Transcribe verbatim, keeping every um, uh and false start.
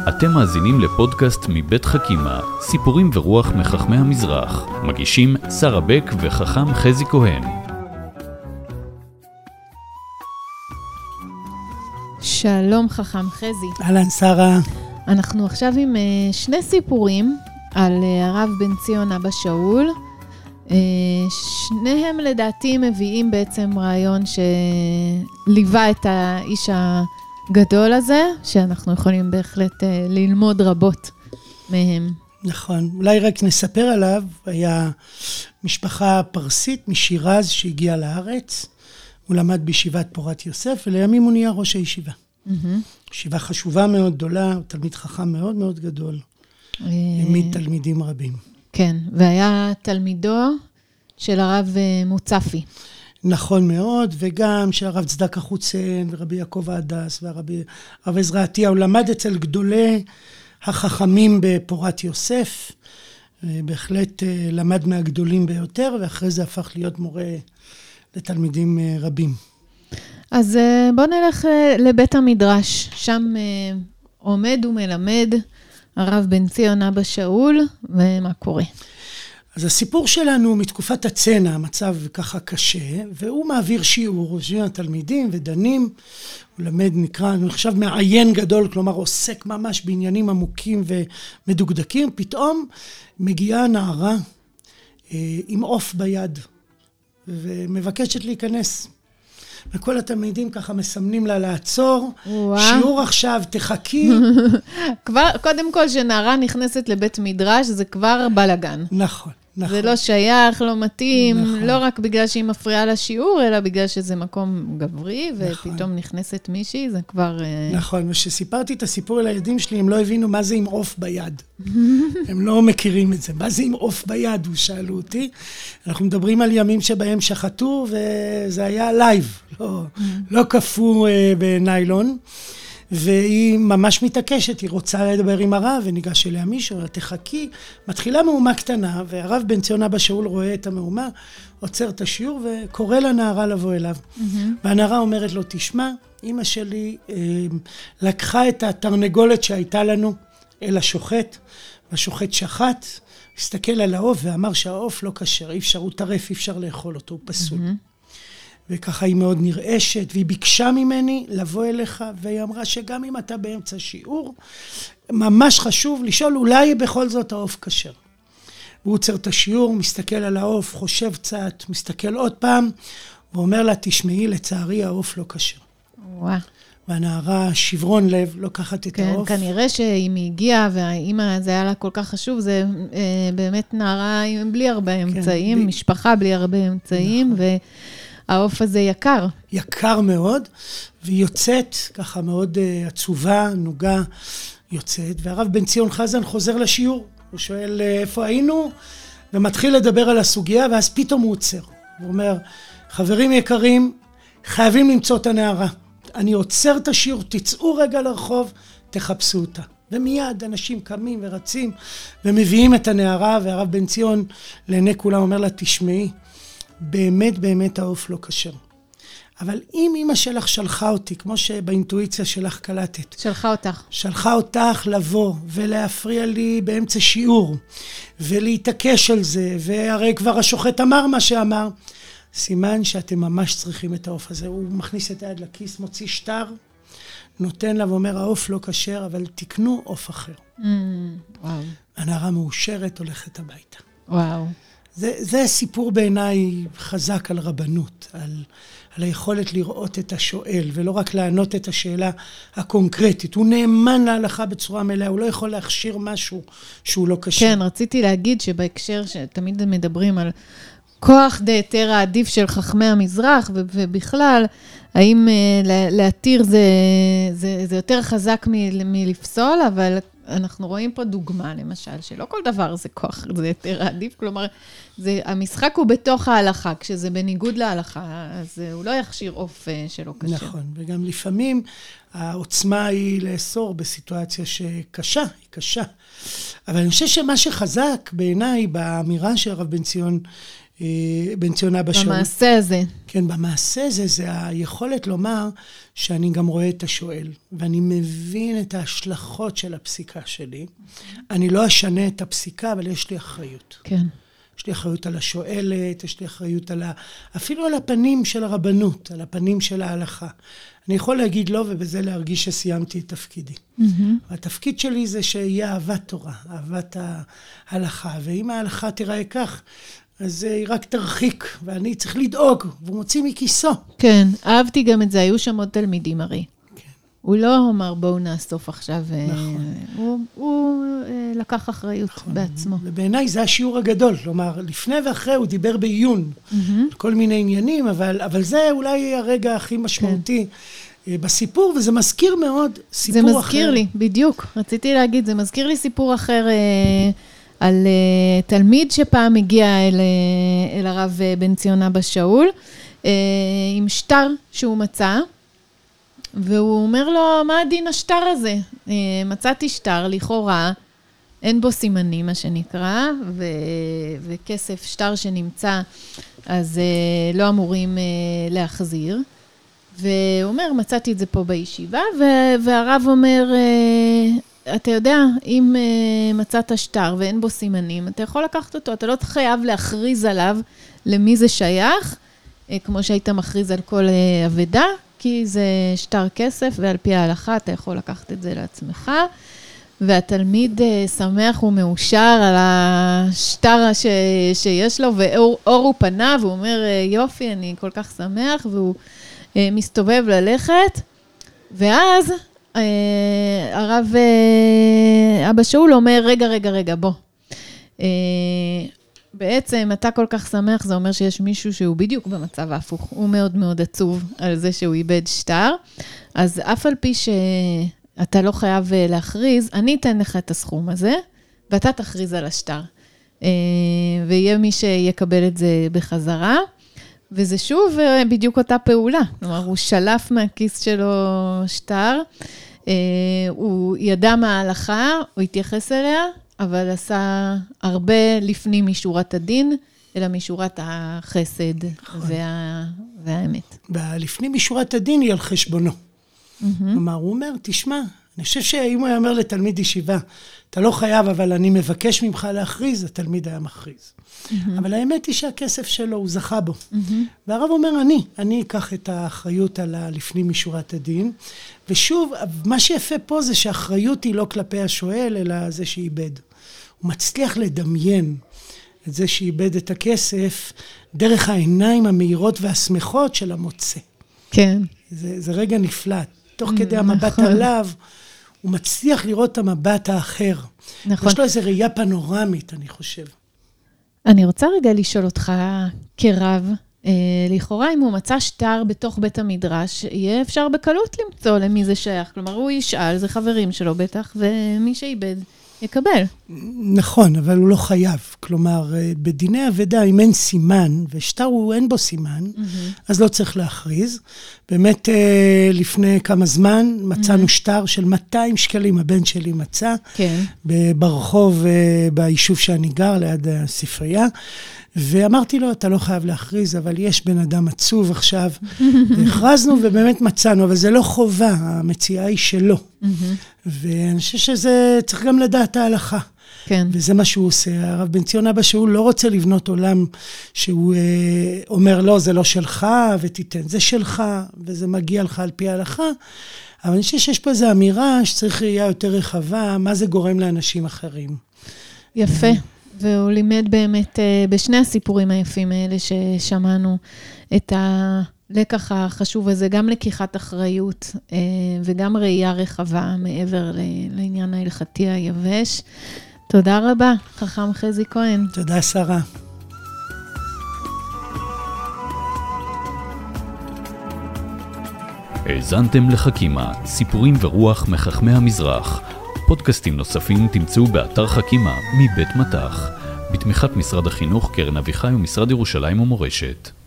אתם מאזינים לפודקאסט מבית חכימה, סיפורים ורוח מחכמי המזרח. מגישים שרה בק וחכם חזי כהן. שלום חכם חזי. אהלן שרה. אנחנו עכשיו עם uh, שני סיפורים על uh, הרב בן ציון אבא שאול. Uh, שניהם לדעתי מביאים בעצם רעיון שליווה את האיש הגדול הזה, שאנחנו יכולים בהחלט uh, ללמוד רבות מהם. נכון, אולי רק נספר עליו, היה משפחה פרסית משירז שהגיעה לארץ, הוא למד בישיבת פורת יוסף, ולימים הוא נהיה ראש הישיבה. Mm-hmm. ישיבה חשובה מאוד גדולה, הוא תלמיד חכם מאוד מאוד גדול, העמיד תלמידים רבים. כן, והיה תלמידו של הרב מוצפי. נכון מאוד, וגם של הרב צדקה חוצן, ורבי יעקב ההדס, והרבי הרב עזרא עטיה, הוא למד אצל גדולי החכמים בפורת יוסף, בהחלט למד מהגדולים ביותר, ואחרי זה הפך להיות מורה לתלמידים רבים. אז בוא נלך לבית המדרש, שם עומד ומלמד הרב בן ציון אבא שאול, ומה קורה? אז הסיפור שלנו מתקופת הצנע, המצב ככה קשה, והוא מעביר שיעור, יושבים התלמידים ודנים, הוא למד נקרא, אני חושב מעיין גדול, כלומר עוסק ממש בעניינים עמוקים ומדוקדקים, פתאום מגיעה נערה אה, עם עוף ביד, ומבקשת להיכנס. וכל התלמידים ככה מסמנים לה לעצור, וואו. שיעור עכשיו, תחכי. כבר, קודם כל שנערה נכנסת לבית מדרש, זה כבר בלגן. נכון, נכון. זה לא שייך, לא מתאים, נכון. לא רק בגלל שהיא מפריעה לשיעור, אלא בגלל שזה מקום גברי, נכון. ופתאום נכנסת מישהי, זה כבר... נכון, וכשסיפרתי את הסיפור לילדים שלי, הם לא הבינו מה זה עם עוף ביד. הם לא מכירים את זה. מה זה עם עוף ביד, הוא שאלו אותי. אנחנו מדברים על ימים שבהם שחטו, וזה היה לייב, לא, לא כפו בניילון. והיא ממש מתעקשת, היא רוצה לדבר עם הרב, וניגש אליה מישהו, תחכי, מתחילה מהומה קטנה, והרב בן ציון אבא שאול רואה את המהומה, עוצר את השיעור, וקורא לנערה לבוא אליו. Mm-hmm. והנערה אומרת לו, תשמע, אמא שלי אה, לקחה את התרנגולת שהייתה לנו אל השוחט, והשוחט שחט, הסתכל על העוף ואמר שהעוף לא כשר, אי אפשר, הוא טרף, אי אפשר לאכול אותו, הוא פסול. Mm-hmm. וככה היא מאוד נרעשת, והיא ביקשה ממני לבוא אליך, והיא אמרה שגם אם אתה באמצע שיעור, ממש חשוב לשאול, אולי בכל זאת העוף כשר. הוא עוצר את השיעור, מסתכל על העוף, חושב קצת, מסתכל עוד פעם, ואומר לה, תשמעי, לצערי העוף לא כשר. וואו. והנערה שברון לב, לוקחת את כן, העוף. כן, כנראה שאם היא הגיעה, והאימא זה היה לה כל כך חשוב, זה אה, באמת נערה בלי הרבה אמצעים, כן, משפחה בלי הרבה אמצעים, נכון. ו... העוף הזה יקר. יקר מאוד, והיא יוצאת, ככה מאוד uh, עצובה, נוגה, יוצאת, והרב בן ציון חזן חוזר לשיעור. הוא שואל איפה היינו, ומתחיל לדבר על הסוגיה, ואז פתאום הוא עוצר. הוא אומר, חברים יקרים, חייבים למצוא את הנערה. אני עוצר את השיעור, תצאו רגע לרחוב, תחפשו אותה. ומיד אנשים קמים ורצים, ומביאים את הנערה, והרב בן ציון לעיני כולם אומר לה, תשמעי, באמת באמת העוף לא כשר. אבל אם אמא שלך שלחה אותי, כמו שבאינטואיציה שלך קלטת. שלחה אותך. שלחה אותך לבוא ולהפריע לי באמצע שיעור, ולהתעקש על זה, והרי כבר השוחט אמר מה שאמר. סימן שאתם ממש צריכים את העוף הזה. הוא מכניס את היד לכיס, מוציא שטר, נותן לה ואומר, העוף לא כשר, אבל תקנו עוף אחר. Mm, וואו. הנערה מאושרת, הולכת הביתה. וואו. זה, זה סיפור בעיניי חזק על רבנות, על, על היכולת לראות את השואל, ולא רק לענות את השאלה הקונקרטית. הוא נאמן להלכה בצורה מלאה, הוא לא יכול להכשיר משהו שהוא לא קשה. כן, רציתי להגיד שבהקשר שתמיד מדברים על כוח דהיתר העדיף של חכמי המזרח, ו- ובכלל, האם uh, להתיר זה, זה, זה יותר חזק מ- מלפסול, אבל... אנחנו רואים פה דוגמה, למשל, שלא כל דבר זה כוח, זה יותר עדיף, כלומר, זה, המשחק הוא בתוך ההלכה, כשזה בניגוד להלכה, אז הוא לא יכשיר עוף שלא קשה. נכון, וגם לפעמים העוצמה היא לאסור בסיטואציה שקשה, היא קשה. אבל אני חושב שמה שחזק בעיניי, באמירה של הרב בן ציון בן ציונה בשאול. במעשה הזה. כן, במעשה הזה, זה היכולת לומר שאני גם רואה את השואל, ואני מבין את ההשלכות של הפסיקה שלי. אני לא אשנה את הפסיקה, אבל יש לי אחריות. כן. יש לי אחריות על השואלת, יש לי אחריות על ה... אפילו על הפנים של הרבנות, על הפנים של ההלכה. אני יכול להגיד לא, ובזה להרגיש שסיימתי את תפקידי. Mm-hmm. התפקיד שלי זה שיהיה אהבת תורה, אהבת ההלכה, ואם ההלכה תראה כך, אז היא רק תרחיק, ואני צריך לדאוג, והוא מוציא מכיסו. כן, אהבתי גם את זה, היו שם עוד תלמידים הרי. כן. הוא לא אמר בואו נאסוף עכשיו, נכון. הוא, הוא לקח אחריות נכון. בעצמו. ובעיניי זה השיעור הגדול, כלומר, לפני ואחרי הוא דיבר בעיון, mm-hmm. כל מיני עניינים, אבל, אבל זה אולי הרגע הכי משמעותי כן. בסיפור, וזה מזכיר מאוד סיפור אחר. זה מזכיר אחר. לי, בדיוק, רציתי להגיד, זה מזכיר לי סיפור אחר, על uh, תלמיד שפעם הגיע אל, uh, אל הרב uh, בן ציון אבא שאול, uh, עם שטר שהוא מצא, והוא אומר לו, מה הדין השטר הזה? Uh, מצאתי שטר, לכאורה, אין בו סימנים, מה שנקרא, ו- וכסף, שטר שנמצא, אז uh, לא אמורים uh, להחזיר. והוא אומר, מצאתי את זה פה בישיבה, ו- והרב אומר, uh, אתה יודע, אם uh, מצאת שטר ואין בו סימנים, אתה יכול לקחת אותו, אתה לא חייב להכריז עליו למי זה שייך, uh, כמו שהיית מכריז על כל uh, עבדה, כי זה שטר כסף, ועל פי ההלכה אתה יכול לקחת את זה לעצמך, והתלמיד uh, שמח ומאושר על השטר ש- שיש לו, ואור הוא פנה, והוא אומר, uh, יופי, אני כל כך שמח, והוא uh, מסתובב ללכת, ואז הרב אבא שאול אומר, רגע, רגע, רגע, בוא. בעצם אתה כל כך שמח, זה אומר שיש מישהו שהוא בדיוק במצב ההפוך. הוא מאוד מאוד עצוב על זה שהוא איבד שטר. אז אף על פי שאתה לא חייב להכריז, אני אתן לך את הסכום הזה, ואתה תכריז על השטר. ויהיה מי שיקבל את זה בחזרה. וזה שוב בדיוק אותה פעולה. כלומר, הוא שלף מהכיס שלו שטר, הוא ידע מה ההלכה, הוא התייחס אליה, אבל עשה הרבה לפנים משורת הדין, אלא משורת החסד וה... והאמת. לפנים משורת הדין היא על חשבונו. כלומר, הוא אומר, תשמע, אני חושב שאם הוא היה אומר לתלמיד ישיבה, אתה לא חייב, אבל אני מבקש ממך להכריז, התלמיד היה מכריז. אבל האמת היא שהכסף שלו, הוא זכה בו. והרב אומר, אני, אני אקח את האחריות על לפנים משורת הדין. ושוב, מה שיפה פה זה שהאחריות היא לא כלפי השואל, אלא זה שאיבד. הוא מצליח לדמיין את זה שאיבד את הכסף, דרך העיניים המהירות והשמחות של המוצא. כן. זה, זה רגע נפלא. תוך כדי המבט עליו, הוא מצליח לראות את המבט האחר. נכון. יש לו איזו ראייה פנורמית, אני חושב. אני רוצה רגע לשאול אותך כרב, אה, לכאורה אם הוא מצא שטר בתוך בית המדרש, יהיה אפשר בקלות למצוא למי זה שייך. כלומר, הוא ישאל, זה חברים שלו בטח, ומי שאיבד יקבל. נכון, אבל הוא לא חייב. כלומר, בדיני עבדה, אם אין סימן, ושטר הוא אין בו סימן, mm-hmm. אז לא צריך להכריז. באמת, לפני כמה זמן מצאנו mm-hmm. שטר של מאתיים שקלים, הבן שלי מצא, כן. ברחוב, ביישוב שאני גר, ליד הספרייה, ואמרתי לו, אתה לא חייב להכריז, אבל יש בן אדם עצוב עכשיו, והכרזנו ובאמת מצאנו, אבל זה לא חובה, המציאה היא שלו. ואני חושב שזה צריך גם לדעת ההלכה. כן. וזה מה שהוא עושה. הרב בן ציון אבא שאול לא רוצה לבנות עולם שהוא אה, אומר, לא, זה לא שלך, ותיתן, זה שלך, וזה מגיע לך על פי ההלכה. אבל אני חושב שיש פה איזו אמירה שצריך ראייה יותר רחבה, מה זה גורם לאנשים אחרים. יפה. והוא לימד באמת בשני הסיפורים היפים האלה ששמענו את הלקח החשוב הזה, גם לקיחת אחריות וגם ראייה רחבה מעבר לעניין ההלכתי היבש. תודה רבה, חכם חזי כהן. תודה, שרה. האזנתם לחכימה, סיפורים ורוח מחכמי המזרח. פודקאסטים נוספים תמצאו באתר חכימה מבית מטח, בתמיכת משרד החינוך, קרן אביחי ומשרד ירושלים ומורשת.